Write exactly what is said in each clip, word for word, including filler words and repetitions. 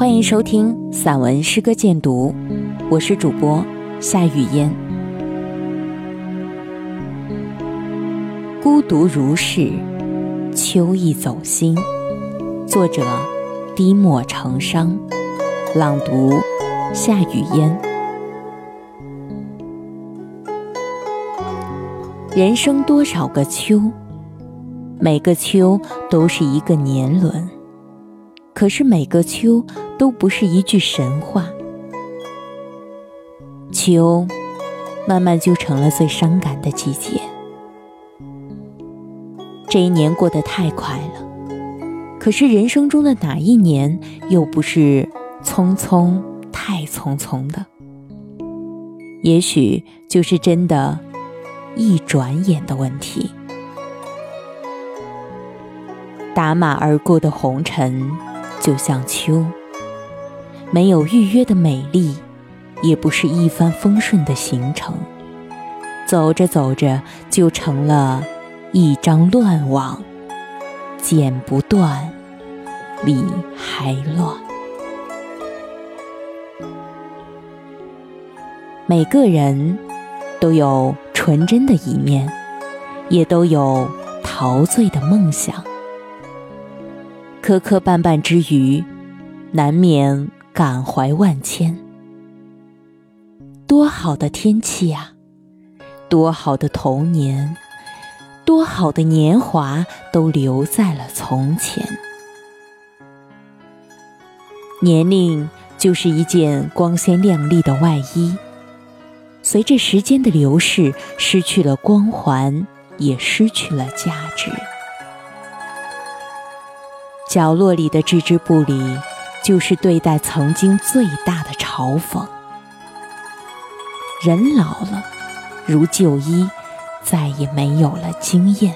欢迎收听散文诗歌鉴读，我是主播夏雨嫣。孤独如是，秋意走心。作者低墨成殇，朗读夏雨嫣。人生多少个秋，每个秋都是一个年轮，可是每个秋都不是一句神话。秋慢慢就成了最伤感的季节。这一年过得太快了，可是人生中的哪一年又不是匆匆太匆匆的？也许就是真的一转眼的问题。打马而过的红尘就像秋，没有预约的美丽，也不是一帆风顺的行程，走着走着就成了一张乱网，剪不断，理还乱。每个人都有纯真的一面，也都有陶醉的梦想。磕磕绊绊之余，难免感怀万千。多好的天气啊，多好的童年，多好的年华都留在了从前。年龄就是一件光鲜亮丽的外衣，随着时间的流逝，失去了光环，也失去了价值。角落里的置之不理，就是对待曾经最大的嘲讽。人老了，如旧衣，再也没有了惊艳。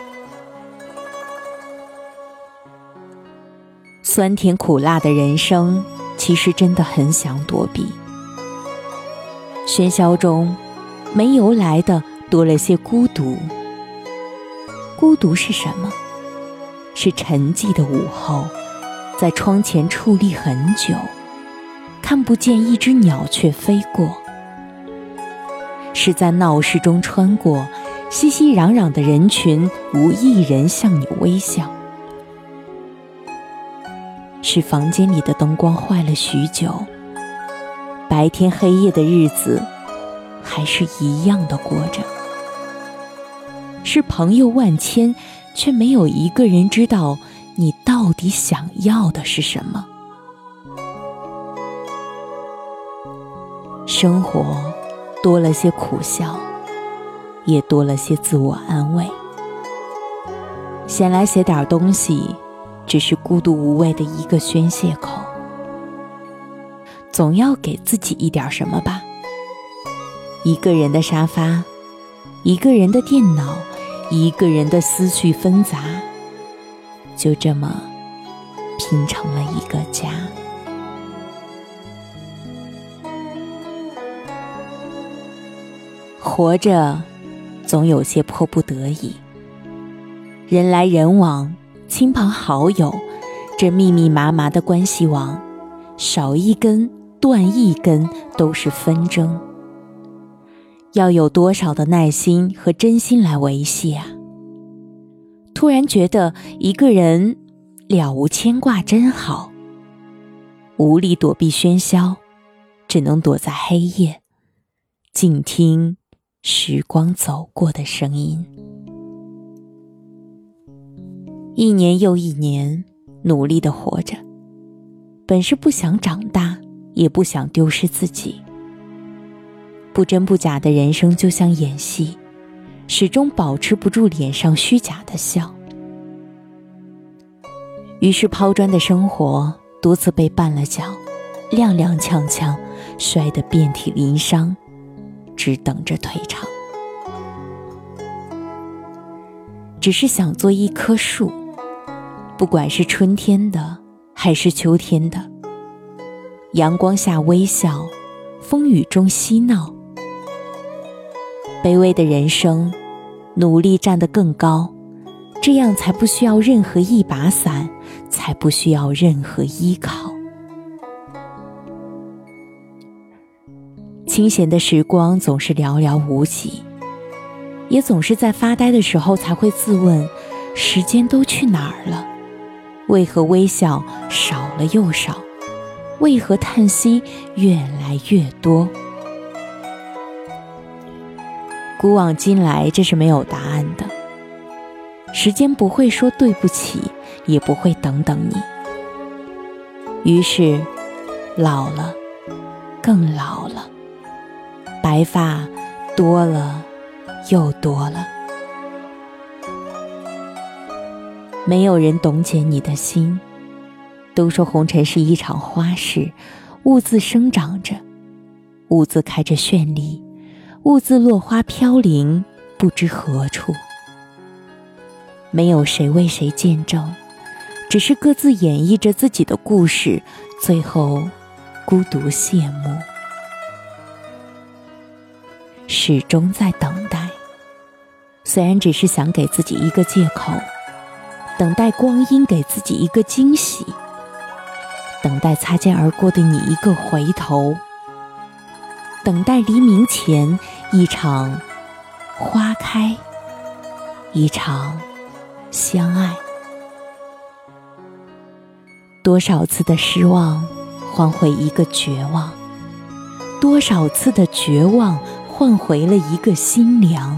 酸甜苦辣的人生，其实真的很想躲避。喧嚣中，没由来的多了些孤独。孤独是什么？是沉寂的午后，在窗前矗立很久，看不见一只鸟雀飞过。是在闹市中穿过，熙熙攘攘的人群，无一人向你微笑。是房间里的灯光坏了许久，白天黑夜的日子还是一样的过着。是朋友万千，却没有一个人知道你到底想要的是什么。生活多了些苦笑，也多了些自我安慰。闲来写点东西，只是孤独无味的一个宣泄口。总要给自己一点什么吧。一个人的沙发，一个人的电脑，一个人的思绪纷杂，就这么拼成了一个家。活着总有些迫不得已，人来人往，亲朋好友，这密密麻麻的关系网，少一根断一根都是纷争。要有多少的耐心和真心来维系啊？突然觉得一个人了无牵挂真好，无力躲避喧嚣，只能躲在黑夜，静听时光走过的声音。一年又一年，努力地活着，本是不想长大，也不想丢失自己。不真不假的人生就像演戏，始终保持不住脸上虚假的笑。于是抛砖的生活多次被绊了脚，踉踉跄跄，摔得遍体鳞伤，只等着退场。只是想做一棵树，不管是春天的还是秋天的，阳光下微笑，风雨中嬉闹。卑微的人生，努力站得更高，这样才不需要任何一把伞，才不需要任何依靠。 清闲的时光总是寥寥无几，也总是在发呆的时候才会自问，时间都去哪儿了？为何微笑少了又少？为何叹息越来越多？古往今来，这是没有答案的。时间不会说对不起，也不会等等你。于是，老了，更老了，白发多了又多了。没有人懂解你的心。都说红尘是一场花事，兀自生长着，兀自开着绚丽，兀自落花飘零，不知何处。没有谁为谁见证，只是各自演绎着自己的故事，最后孤独谢幕。始终在等待，虽然只是想给自己一个借口，等待光阴给自己一个惊喜，等待擦肩而过的你一个回头，等待黎明前一场花开，一场相爱。多少次的失望换回一个绝望，多少次的绝望换回了一个心凉。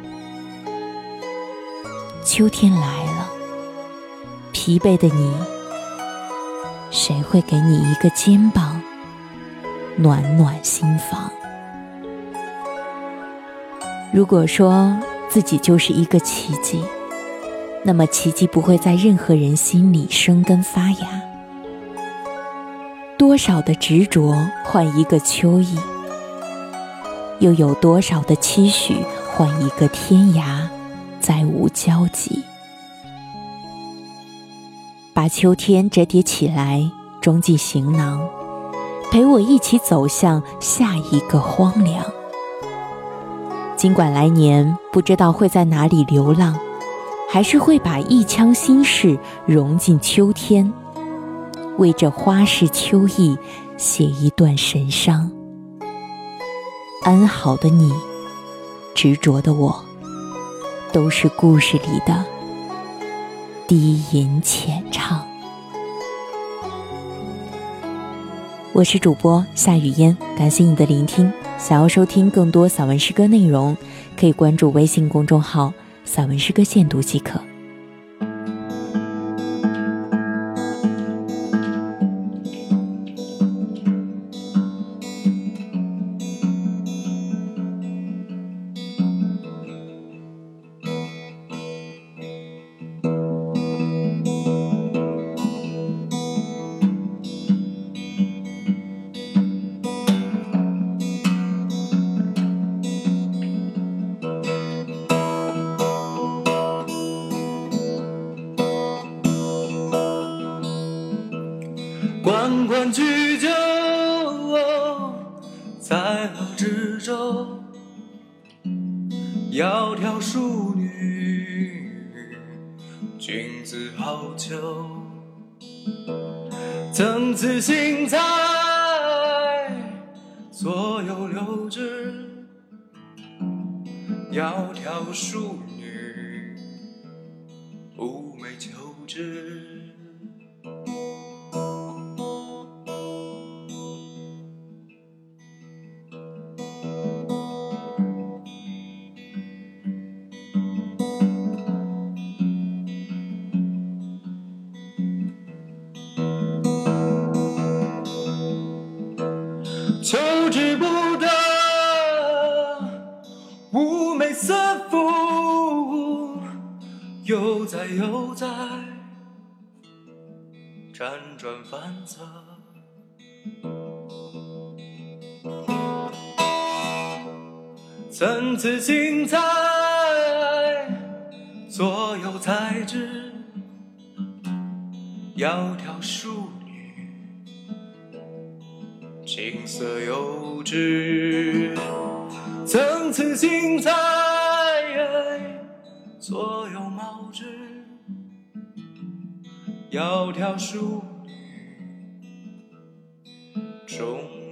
秋天来了，疲惫的你，谁会给你一个肩膀，暖暖心房？如果说自己就是一个奇迹，那么奇迹不会在任何人心里生根发芽。多少的执着换一个秋意，又有多少的期许换一个天涯，再无交集。把秋天折叠起来，装进行囊，陪我一起走向下一个荒凉。尽管来年不知道会在哪里流浪，还是会把一腔心事融进秋天，为这花事秋意写一段神伤。安好的你，执着的我，都是故事里的低吟浅唱。我是主播夏雨嫣，感谢你的聆听。想要收听更多散文诗歌内容，可以关注微信公众号散文诗歌限读即可。 关关雎鸠，在河之洲。窈窕淑女，君子好逑。参差荇菜，左右流之。窈窕淑女，寤寐求之。求之不得，寤寐思妇，悠哉悠哉，辗转反侧。参差荇菜，左右采之。窈窕淑女，琴瑟友之。参差荇菜，左右芼之。窈窕淑女，终